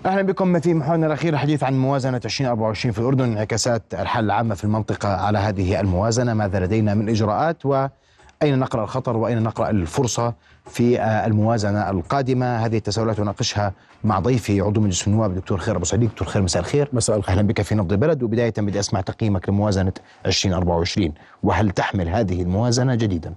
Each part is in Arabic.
أهلا بكم في محورنا الأخير، الحديث عن موازنة 2024 في الأردن، انعكاسات الحالة العامة في المنطقة على هذه الموازنة، ماذا لدينا من إجراءات، وأين نقرأ الخطر وأين نقرأ الفرصة في الموازنة القادمة. هذه التساؤلات نناقشها مع ضيفي عضو مجلس النواب الدكتور خير أبو سعيد. دكتور خير، مساء الخير. مساء الخير. أهلا بك في نبض البلد. وبداية بدي أسمع تقييمك لموازنة 2024، وهل تحمل هذه الموازنة جديدا؟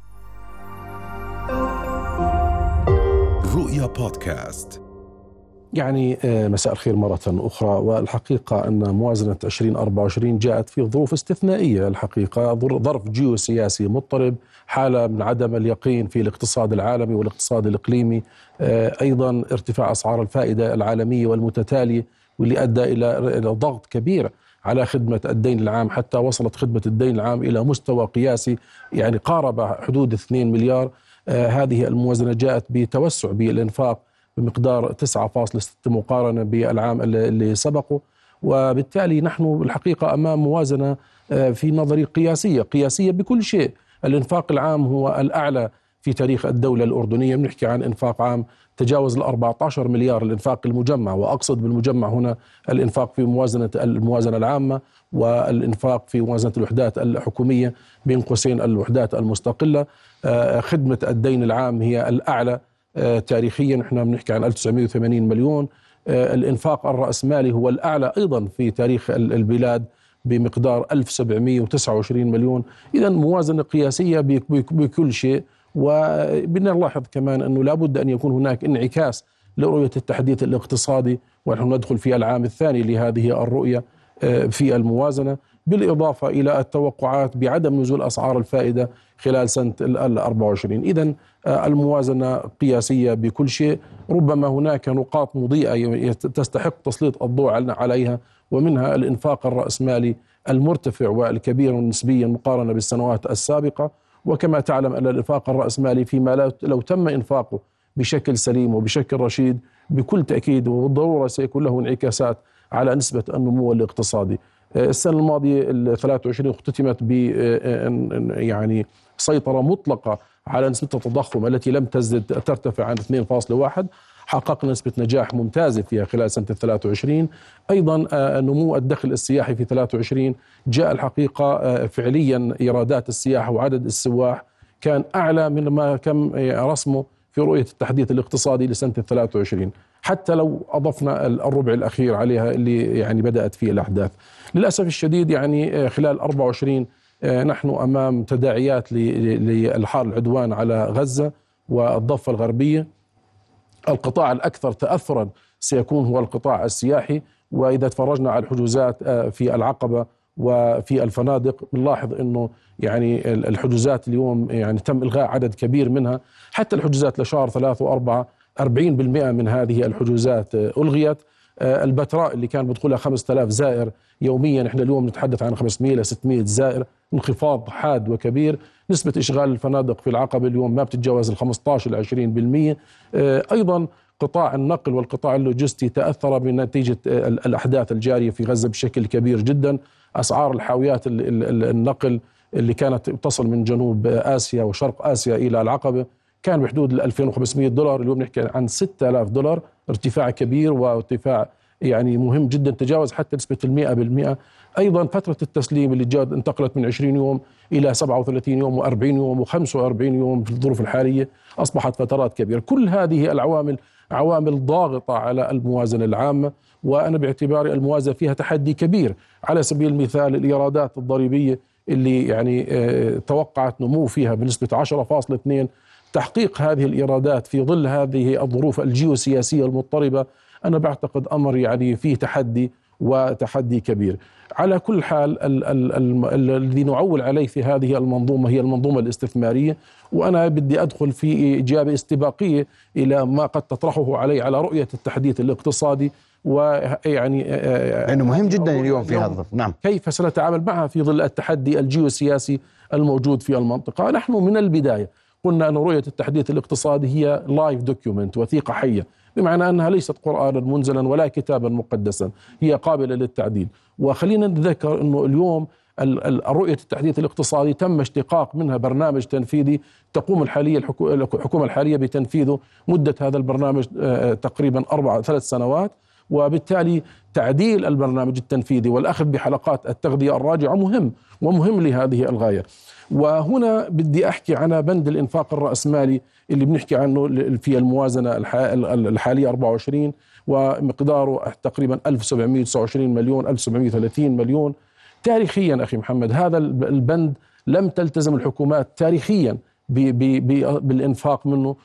رؤيا بودكاست. يعني مساء الخير مرة أخرى. والحقيقة أن موازنة 2024 جاءت في ظروف استثنائية، الحقيقة ظرف جيوسياسي مضطرب، حالة من عدم اليقين في الاقتصاد العالمي والاقتصاد الإقليمي، أيضا ارتفاع أسعار الفائدة العالمية والمتتالي، واللي أدى إلى ضغط كبير على خدمة الدين العام، حتى وصلت خدمة الدين العام إلى مستوى قياسي يعني قارب حدود 2 مليار. هذه الموازنة جاءت بتوسع بالإنفاق بمقدار 9.6 مقارنة بالعام اللي سبقه، وبالتالي نحن بالحقيقة أمام موازنة في نظري قياسية بكل شيء. الإنفاق العام هو الأعلى في تاريخ الدولة الأردنية، بنحكي عن إنفاق عام تجاوز 14 مليار الإنفاق المجمع، وأقصد بالمجمع هنا الإنفاق في الموازنة العامة والإنفاق في موازنة الوحدات الحكومية بين قوسين الوحدات المستقلة. خدمة الدين العام هي الأعلى تاريخيا، نحن بنحكي عن 1980 مليون. الإنفاق الرأسمالي هو الأعلى أيضا في تاريخ البلاد بمقدار 1729 مليون. إذن موازنة قياسية بكل شيء. وبنلاحظ كمان أنه لابد أن يكون هناك انعكاس لرؤية التحديث الاقتصادي، ونحن ندخل في العام الثاني لهذه الرؤية في الموازنة، بالإضافة إلى التوقعات بعدم نزول أسعار الفائدة خلال سنة 24. إذن الموازنة قياسية بكل شيء. ربما هناك نقاط مضيئة تستحق تسليط الضوء عليها، ومنها الإنفاق الرأسمالي المرتفع والكبير نسبيا مقارنة بالسنوات السابقة. وكما تعلم أن الإنفاق الرأسمالي فيما لو تم إنفاقه بشكل سليم وبشكل رشيد بكل تأكيد وبالضرورة سيكون له انعكاسات على نسبة النمو الاقتصادي. السنة الماضية 23 اختتمت ب يعني سيطرة مطلقة على نسبة التضخم التي لم تزد ترتفع عن 2.1. حققنا نسبة نجاح ممتازة فيها خلال سنة 23. أيضا نمو الدخل السياحي في 23 جاء الحقيقة فعليا إيرادات السياحة وعدد السواح كان أعلى من ما كان رسمه في رؤية التحديث الاقتصادي لسنة 23، حتى لو أضفنا الربع الأخير عليها اللي يعني بدأت فيه الأحداث. للأسف الشديد يعني خلال 24 نحن أمام تداعيات للحرب العدوان على غزة والضفة الغربية. القطاع الأكثر تأثرا سيكون هو القطاع السياحي، وإذا تفرجنا على الحجوزات في العقبة وفي الفنادق بنلاحظ أنه يعني الحجوزات اليوم يعني تم إلغاء عدد كبير منها، حتى الحجوزات لشهر 3 و4 40% من هذه الحجوزات ألغيت. البتراء اللي كان بدخلها 5000 زائر يوميا، نحن اليوم نتحدث عن 500 إلى 600 زائر، انخفاض حاد وكبير. نسبة إشغال الفنادق في العقبة اليوم ما بتتجاوز 15 إلى 20%. أيضا قطاع النقل والقطاع اللوجستي تأثر بنتيجة الأحداث الجارية في غزة بشكل كبير جدا. أسعار الحاويات النقل اللي كانت تصل من جنوب آسيا وشرق آسيا إلى العقبة كان بحدود ال $2500، اليوم نحكي عن $6000، ارتفاع كبير وارتفاع يعني مهم جدا، تجاوز حتى نسبة 100%. أيضا فترة التسليم اللي جاءت انتقلت من 20 يوم إلى 37 يوم و40 يوم و45 يوم في الظروف الحالية، أصبحت فترات كبيرة. كل هذه العوامل عوامل ضاغطة على الموازنة العامة، وأنا باعتباري الموازنة فيها تحدي كبير. على سبيل المثال الإيرادات الضريبية اللي يعني توقعت نمو فيها بنسبة 10.2، تحقيق هذه الإيرادات في ظل هذه الظروف الجيوسياسية المضطربة أنا بعتقد أمر يعني فيه تحدي وتحدي كبير. على كل حال الذي نعول عليه في هذه المنظومة هي المنظومة الاستثمارية، وأنا بدي أدخل في إجابة استباقية إلى ما قد تطرحه على رؤية التحديث الاقتصادي، ويعني لأنه مهم جدا اليوم في هذا. نعم، كيف سنتعامل معها في ظل التحدي الجيوسياسي الموجود في المنطقة. نحن من البداية قلنا أن رؤية التحديث الاقتصادي هي لايف دوكيومنت، وثيقة حية، بمعنى أنها ليست قرآنا منزلا ولا كتابا مقدسا، هي قابلة للتعديل. وخلينا نتذكر أنه اليوم رؤية التحديث الاقتصادي تم اشتقاق منها برنامج تنفيذي تقوم الحكومة الحالية بتنفيذه. مدة هذا البرنامج تقريبا 3 سنوات، وبالتالي تعديل البرنامج التنفيذي والأخذ بحلقات التغذية الراجعة مهم ومهم لهذه الغاية. وهنا بدي أحكي عن بند الإنفاق الرأسمالي اللي بنحكي عنه في الموازنة الحالية 24 ومقداره تقريبا 1729 مليون 1730 مليون. تاريخيا أخي محمد هذا البند لم تلتزم الحكومات تاريخيا بالإنفاق منه،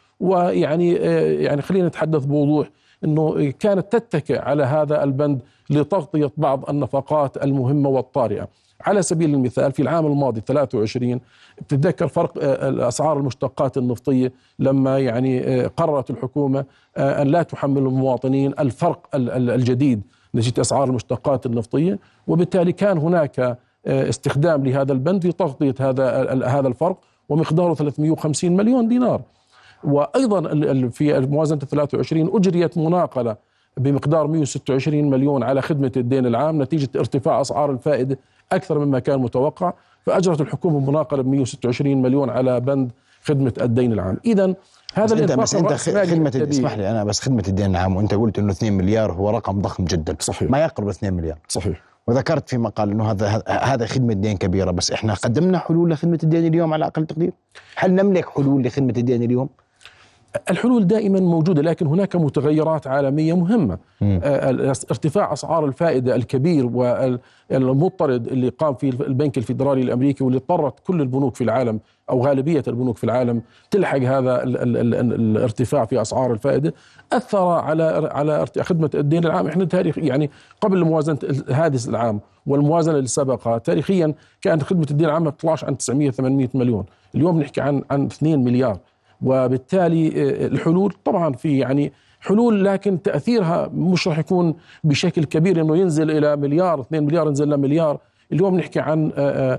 ويعني خلينا نتحدث بوضوح أنه كانت تتكئ على هذا البند لتغطية بعض النفقات المهمة والطارئة. على سبيل المثال في العام الماضي 23 بتتذكر فرق الأسعار المشتقات النفطية لما قررت الحكومة أن لا تحمل المواطنين الفرق الجديد نتيجة أسعار المشتقات النفطية، وبالتالي كان هناك استخدام لهذا البند لتغطية هذا الفرق ومقداره 350 مليون دينار. وأيضا في موازنة 23 أجريت مناقلة بمقدار 126 مليون على خدمة الدين العام نتيجة ارتفاع أسعار الفائدة أكثر مما كان متوقع، فأجرت الحكومة مناقلة ب 126 مليون على بند خدمة الدين العام. إذا هذا بس انت خدمة اسمح لي انا بس خدمة الدين العام، وانت قلت انه 2 مليار هو رقم ضخم جدا. صحيح. ما يقرب 2 مليار. صحيح. وذكرت في مقال انه هذا خدمة دين كبيرة، بس احنا قدمنا حلول لخدمة الدين اليوم على اقل تقدير؟ هل نملك حلول لخدمة الدين اليوم؟ الحلول دائما موجودة، لكن هناك متغيرات عالمية مهمة. ارتفاع أسعار الفائدة الكبير والمضطرد اللي قام فيه البنك الفيدرالي الأمريكي، واللي اضطرت كل البنوك في العالم أو غالبية البنوك في العالم تلحق هذا الارتفاع في أسعار الفائدة، أثر على خدمة الدين العام. احنا تاريخ قبل موازنة هذا العام والموازنة اللي سبقها تاريخيا كانت خدمة الدين العام ما بتطلعش عن 900-800 مليون، اليوم نحكي عن 2 مليار. وبالتالي الحلول طبعا في حلول، لكن تأثيرها مش راح يكون بشكل كبير انه ينزل الى مليار 2 مليار ينزل الى مليار. اليوم نحكي عن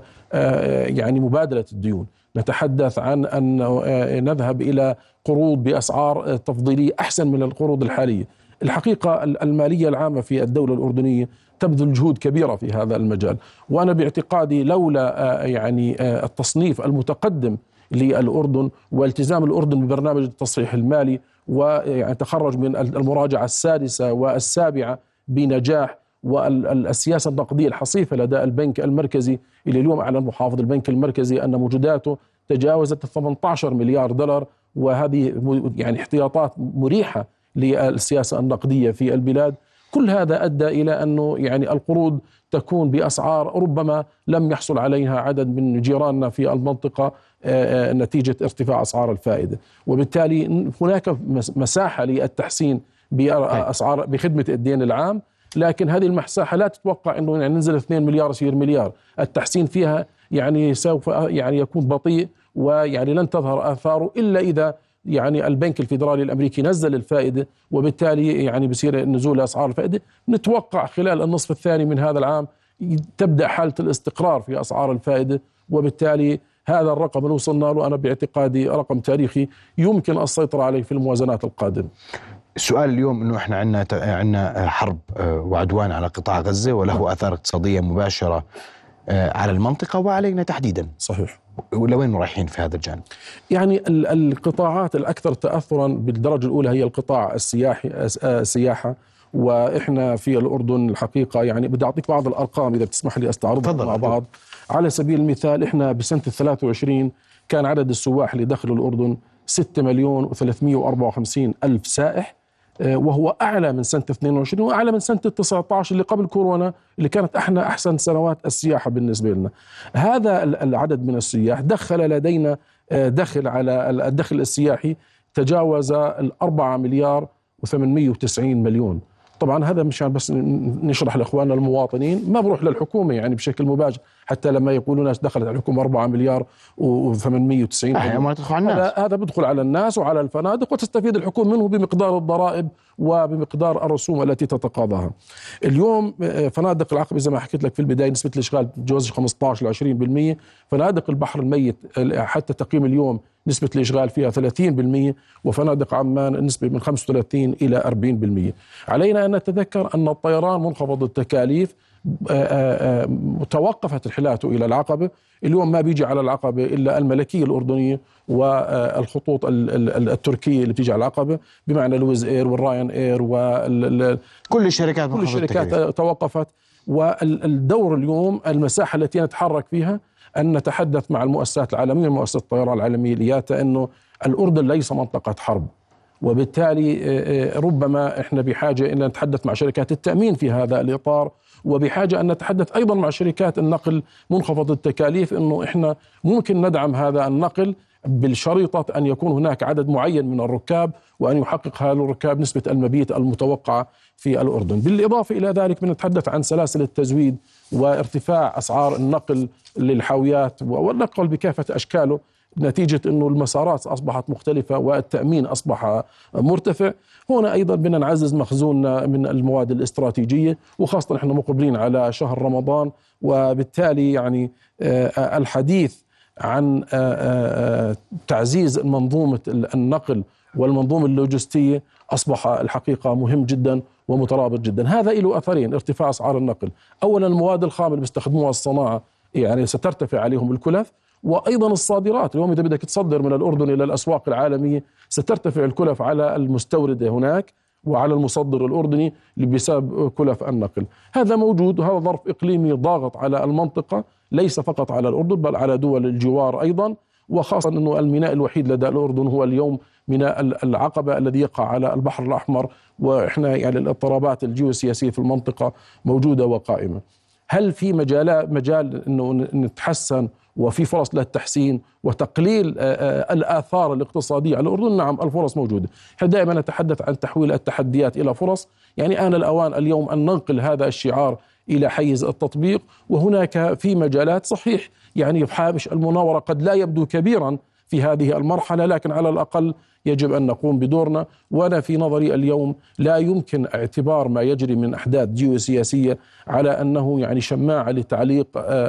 مبادلة الديون، نتحدث عن أن نذهب إلى قروض بأسعار تفضيلية أحسن من القروض الحالية. الحقيقة المالية العامة في الدولة الأردنية تبذل جهود كبيرة في هذا المجال، وأنا باعتقادي لولا التصنيف المتقدم للأردن والتزام الأردن ببرنامج التصحيح المالي وتخرج من المراجعة السادسة والسابعة بنجاح، والسياسة النقدية الحصيفة لدى البنك المركزي اللي اليوم أعلن محافظ البنك المركزي أن موجوداته تجاوزت 18 مليار دولار، وهذه احتياطات مريحة للسياسة النقدية في البلاد. كل هذا أدى إلى أنه القروض تكون بأسعار ربما لم يحصل عليها عدد من جيراننا في المنطقة نتيجة ارتفاع أسعار الفائدة، وبالتالي هناك مساحة للتحسين بأسعار بخدمة الدين العام، لكن هذه المساحة لا تتوقع أنه ننزل 2 مليار يصير مليار. التحسين فيها سوف يكون بطيء، لن تظهر آثاره إلا إذا البنك الفيدرالي الأمريكي نزل الفائدة، وبالتالي بصير نزول أسعار الفائدة. نتوقع خلال النصف الثاني من هذا العام تبدأ حالة الاستقرار في أسعار الفائدة، وبالتالي هذا الرقم اللي وصلنا له أنا باعتقادي رقم تاريخي يمكن السيطرة عليه في الموازنات القادمة. السؤال اليوم انه احنا عندنا حرب وعدوان على قطاع غزة، وله آثار اقتصادية مباشرة على المنطقة وعلينا تحديدا. صحيح. ولوين رايحين في هذا الجانب؟ القطاعات الأكثر تأثرا بالدرجة الأولى هي القطاع السياحة، وإحنا في الأردن الحقيقة بدي أعطيك بعض الأرقام إذا بتسمح لي أستعرضها مع بعض. على سبيل المثال إحنا بسنة 23 كان عدد السواح اللي دخلوا الأردن 6,354,000 سائح، وهو أعلى من سنة 22 وأعلى من سنة 19 اللي قبل كورونا اللي كانت احنا أحسن سنوات السياحة بالنسبة لنا. هذا العدد من السياح دخل لدينا دخل على الدخل السياحي تجاوز 4 مليار و890 مليون. طبعا هذا مشان بس نشرح لإخواننا المواطنين، ما بروح للحكومة بشكل مباشر، حتى لما يقولون دخلت الحكومة 4 مليار و890 مليون هذا بدخل على الناس وعلى الفنادق، وتستفيد الحكومة منه بمقدار الضرائب وبمقدار الرسوم التي تتقاضاها. اليوم فنادق العقبة زي ما حكيت لك في البداية نسبة الإشغال تتجاوز 15 ل 20%، فنادق البحر الميت حتى تقييم اليوم نسبة الإشغال فيها 30%، وفنادق عمان النسبة من 35 إلى 40%. علينا أن نتذكر أن الطيران منخفض التكاليف توقفت رحلاته إلى العقبة. اليوم ما بيجي على العقبة إلا الملكية الأردنية والخطوط التركية اللي بتيجي على العقبة، بمعنى لويز إير والراين إير كل الشركات كل الشركات توقفت. والدور اليوم المساحة التي نتحرك فيها أن نتحدث مع المؤسسات العالمية، مؤسسة الطيران العالمية الياتا، أنه الأردن ليس منطقة حرب، وبالتالي ربما احنا بحاجة أن نتحدث مع شركات التأمين في هذا الإطار، وبحاجة أن نتحدث أيضا مع شركات النقل منخفض التكاليف، أنه إحنا ممكن ندعم هذا النقل بالشريطة أن يكون هناك عدد معين من الركاب، وأن يحقق هذا الركاب نسبة المبيت المتوقعة في الأردن. بالإضافة إلى ذلك بنتحدث عن سلاسل التزويد وارتفاع أسعار النقل للحاويات والنقل بكافة أشكاله، نتيجة أنه المسارات أصبحت مختلفة والتأمين أصبح مرتفع. هنا أيضا بدنا نعزز مخزوننا من المواد الاستراتيجية، وخاصة نحن مقبلين على شهر رمضان، وبالتالي يعني الحديث عن تعزيز منظومة النقل والمنظومة اللوجستية أصبح الحقيقة مهم جدا ومترابط جدا. هذا له أثرين: ارتفاع أسعار النقل، أولا المواد الخام اللي بيستخدموها الصناعة يعني سترتفع عليهم الكلف، وأيضا الصادرات. اليوم إذا بدك تصدر من الأردن إلى الأسواق العالمية سترتفع الكلف على المستورد هناك وعلى المصدر الأردني بسبب كلف النقل. هذا موجود، وهذا ظرف إقليمي ضاغط على المنطقة، ليس فقط على الأردن بل على دول الجوار أيضا، وخاصة أنه الميناء الوحيد لدى الأردن هو اليوم ميناء العقبة الذي يقع على البحر الأحمر، وإحنا يعني الاضطرابات الجيوسياسية في المنطقة موجودة وقائمة. هل في مجال أنه نتحسن وفي فرص للتحسين وتقليل الآثار الاقتصادية على الأردن؟ نعم، الفرص موجودة. احنا دائما نتحدث عن تحويل التحديات إلى فرص، يعني آن الأوان اليوم أن ننقل هذا الشعار إلى حيز التطبيق. وهناك في مجالات صحيح يعني هامش المناورة قد لا يبدو كبيرا في هذه المرحلة، لكن على الأقل يجب أن نقوم بدورنا. وأنا في نظري اليوم لا يمكن اعتبار ما يجري من أحداث جيوسياسية على أنه يعني شماعة لتعليق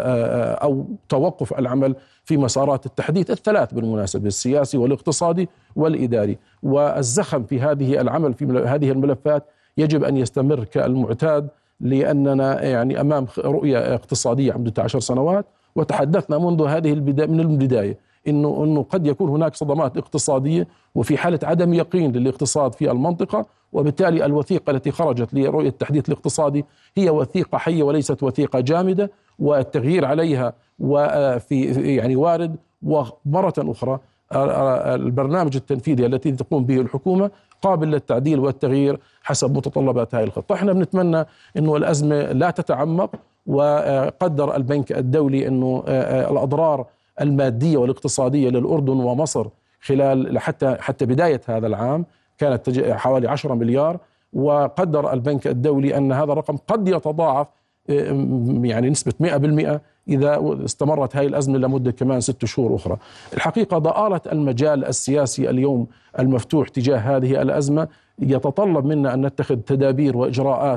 أو توقف العمل في مسارات التحديث الثلاث بالمناسبة: السياسي والاقتصادي والإداري. والزخم في هذه العمل في هذه الملفات يجب أن يستمر كالمعتاد، لأننا يعني أمام رؤية اقتصادية عمدة 10 سنوات، وتحدثنا منذ هذه من البداية إنه قد يكون هناك صدمات اقتصادية، وفي حالة عدم يقين للاقتصاد في المنطقة، وبالتالي الوثيقة التي خرجت لرؤية التحديث الاقتصادي هي وثيقة حية وليست وثيقة جامدة، والتغيير عليها وفي يعني وارد. ومرة أخرى البرنامج التنفيذي الذي تقوم به الحكومة قابل للتعديل والتغيير حسب متطلبات هذه الخطة. احنا بنتمنى إنه الأزمة لا تتعمق، وقدر البنك الدولي إنه الأضرار المادية والاقتصادية للأردن ومصر خلال حتى بداية هذا العام كانت حوالي 10 مليار، وقدر البنك الدولي أن هذا الرقم قد يتضاعف يعني نسبة 100% إذا استمرت هذه الأزمة لمدة كمان 6 شهور أخرى. الحقيقة ضآلة المجال السياسي اليوم المفتوح تجاه هذه الأزمة يتطلب منا أن نتخذ تدابير وإجراءات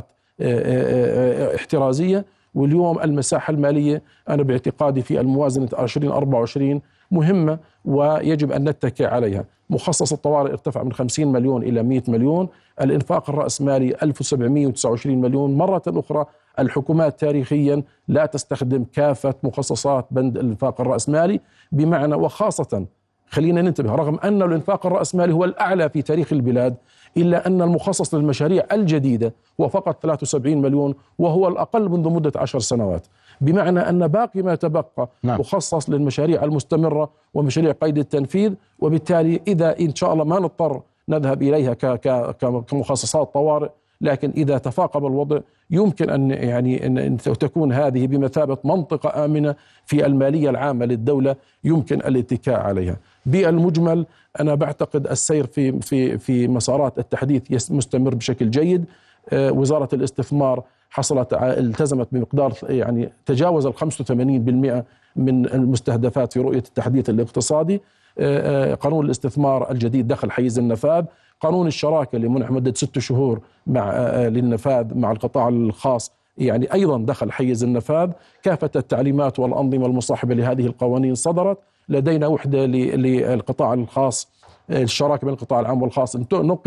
احترازية. واليوم المساحة المالية أنا باعتقادي في الموازنة 2024 مهمة ويجب أن نتكي عليها. مخصص الطوارئ ارتفع من 50 مليون إلى 100 مليون، الإنفاق الرأسمالي 1729 مليون. مرة أخرى الحكومات تاريخيا لا تستخدم كافة مخصصات بند الإنفاق الرأسمالي، بمعنى وخاصة خلينا ننتبه، رغم أن الإنفاق الرأسمالي هو الأعلى في تاريخ البلاد، إلا أن المخصص للمشاريع الجديدة هو فقط 73 مليون، وهو الأقل منذ مدة 10 سنوات. بمعنى أن باقي ما تبقى مخصص للمشاريع المستمرة ومشاريع قيد التنفيذ، وبالتالي إذا إن شاء الله ما نضطر نذهب إليها كمخصصات طوارئ، لكن إذا تفاقم الوضع يمكن أن تكون هذه بمثابة منطقة آمنة في المالية العامة للدولة يمكن الاتكاء عليها. بالمجمل أنا بعتقد السير في مسارات التحديث مستمر بشكل جيد. وزارة الاستثمار التزمت بمقدار يعني تجاوز 85% من المستهدفات في رؤية التحديث الاقتصادي. قانون الاستثمار الجديد دخل حيز النفاذ. قانون الشراكة اللي منح مدة 6 شهور للنفاذ مع القطاع الخاص يعني أيضا دخل حيز النفاذ. كافة التعليمات والأنظمة المصاحبة لهذه القوانين صدرت. لدينا وحدة للقطاع الخاص، الشراكة بين القطاع العام والخاص نقلت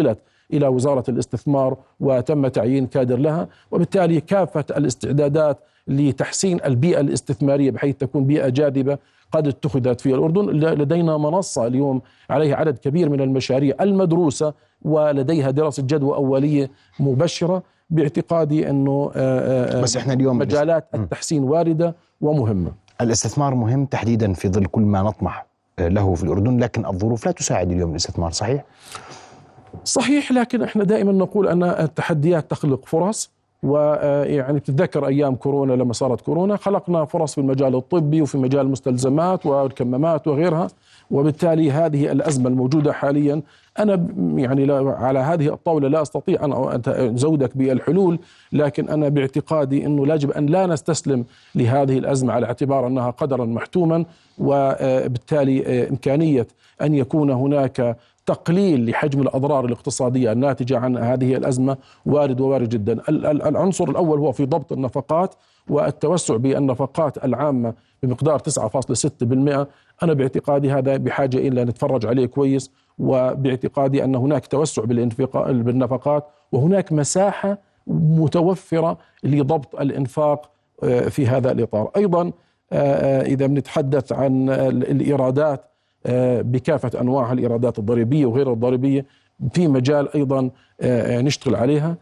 إلى وزارة الاستثمار وتم تعيين كادر لها، وبالتالي كافة الاستعدادات لتحسين البيئة الاستثمارية بحيث تكون بيئة جاذبة قد اتخذت في الأردن. لدينا منصة اليوم عليها عدد كبير من المشاريع المدروسة ولديها دراسة جدوى أولية مبشرة، باعتقادي أنه بس إحنا اليوم مجالات التحسين واردة ومهمة. الاستثمار مهم تحديدا في ظل كل ما نطمح له في الأردن، لكن الظروف لا تساعد اليوم الاستثمار، صحيح؟ صحيح، لكن احنا دائما نقول أن التحديات تخلق فرص، ويعني بتتذكر أيام كورونا لما صارت كورونا خلقنا فرص في المجال الطبي وفي مجال المستلزمات والكمامات وغيرها، وبالتالي هذه الأزمة الموجودة حاليا أنا يعني على هذه الطاولة لا أستطيع أن أزودك بالحلول، لكن أنا باعتقادي أنه يجب أن لا نستسلم لهذه الأزمة على اعتبار أنها قدرا محتوما، وبالتالي إمكانية أن يكون هناك تقليل لحجم الأضرار الاقتصادية الناتجة عن هذه الأزمة وارد جدا. العنصر الأول هو في ضبط النفقات والتوسع بالنفقات العامة بمقدار 9.6%. أنا باعتقادي هذا بحاجة إلى نتفرج عليه كويس، وباعتقادي أن هناك توسع بالنفقات وهناك مساحة متوفرة لضبط الإنفاق في هذا الإطار. أيضا إذا بنتحدث عن الإيرادات بكافة أنواعها، الإيرادات الضريبية وغير الضريبية، في مجال أيضا نشتغل عليها،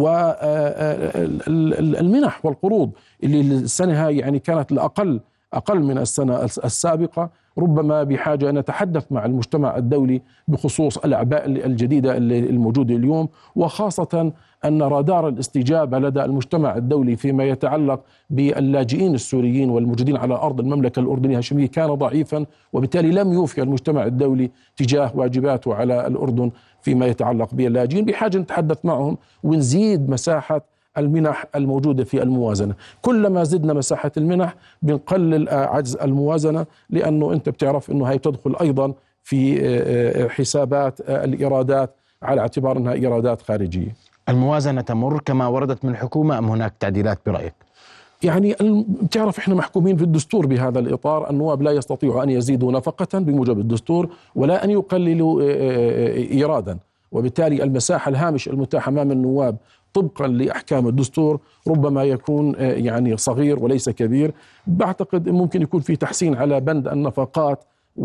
والمنح والقروض اللي السنة يعني كانت أقل من السنة السابقة، ربما بحاجة أن نتحدث مع المجتمع الدولي بخصوص الأعباء الجديدة الموجودة اليوم، وخاصة أن رادار الاستجابة لدى المجتمع الدولي فيما يتعلق باللاجئين السوريين والموجودين على أرض المملكة الأردنية الهاشمية كان ضعيفا، وبالتالي لم يوفي المجتمع الدولي تجاه واجباته على الأردن فيما يتعلق باللاجئين. بحاجة نتحدث معهم ونزيد مساحة المنح الموجودة في الموازنة. كلما زدنا مساحة المنح بنقلل عجز الموازنة، لأنه أنت بتعرف أنه هي تدخل أيضا في حسابات الإيرادات على اعتبار أنها إيرادات خارجية. الموازنة تمر كما وردت من الحكومة أم هناك تعديلات برأيك؟ يعني بتعرف احنا محكومين في الدستور بهذا الإطار، النواب لا يستطيعوا أن يزيدوا نفقة بموجب الدستور ولا أن يقللوا إيرادا، وبالتالي المساحة الهامش المتاح أمام النواب طبقا لأحكام الدستور ربما يكون يعني صغير وليس كبير. بعتقد ممكن يكون في تحسين على بند النفقات،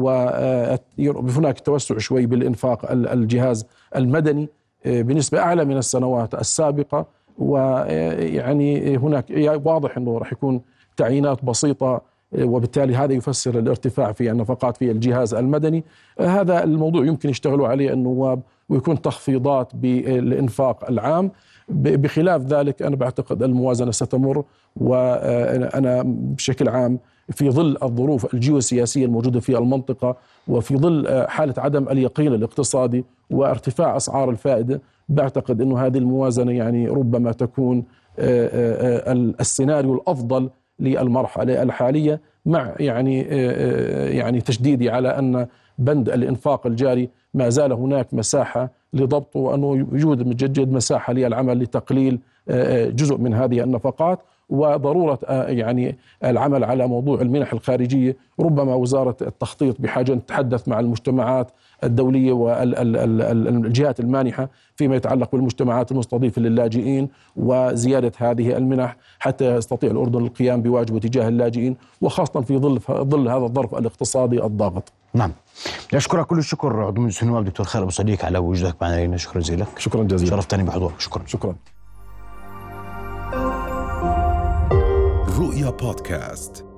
وهناك توسع شوي بالإنفاق الجهاز المدني بنسبة أعلى من السنوات السابقة، ويعني هناك واضح أنه رح يكون تعيينات بسيطة، وبالتالي هذا يفسر الارتفاع في النفقات في الجهاز المدني. هذا الموضوع يمكن يشتغلوا عليه النواب ويكون تخفيضات بالإنفاق العام. بخلاف ذلك أنا بعتقد الموازنة ستمر، وأنا بشكل عام في ظل الظروف الجيوسياسية الموجودة في المنطقة وفي ظل حالة عدم اليقين الاقتصادي وارتفاع أسعار الفائدة، بعتقد أنه هذه الموازنة يعني ربما تكون السيناريو الأفضل للمرحلة الحالية، مع يعني تشديدي على أن بند الإنفاق الجاري ما زال هناك مساحة لضبطه، وأنه يوجد مجدد مساحة للعمل لتقليل جزء من هذه النفقات، وضرورة يعني العمل على موضوع المنح الخارجية. ربما وزارة التخطيط بحاجة أن تتحدث مع المجتمعات الدولية والجهات المانحة فيما يتعلق بالمجتمعات المستضيفة للاجئين وزيادة هذه المنح حتى يستطيع الأردن القيام بواجبه تجاه اللاجئين، وخاصة في ظل هذا الظرف الاقتصادي الضاغط. نعم، أشكرك كل الشكر عضو مجلس النواب دكتور خالد أبو صديق على وجودك معنا. شكرا جزيلا. شكرا جزيلا، شرفتني بحضورك. شكرا. رؤيا بودكاست.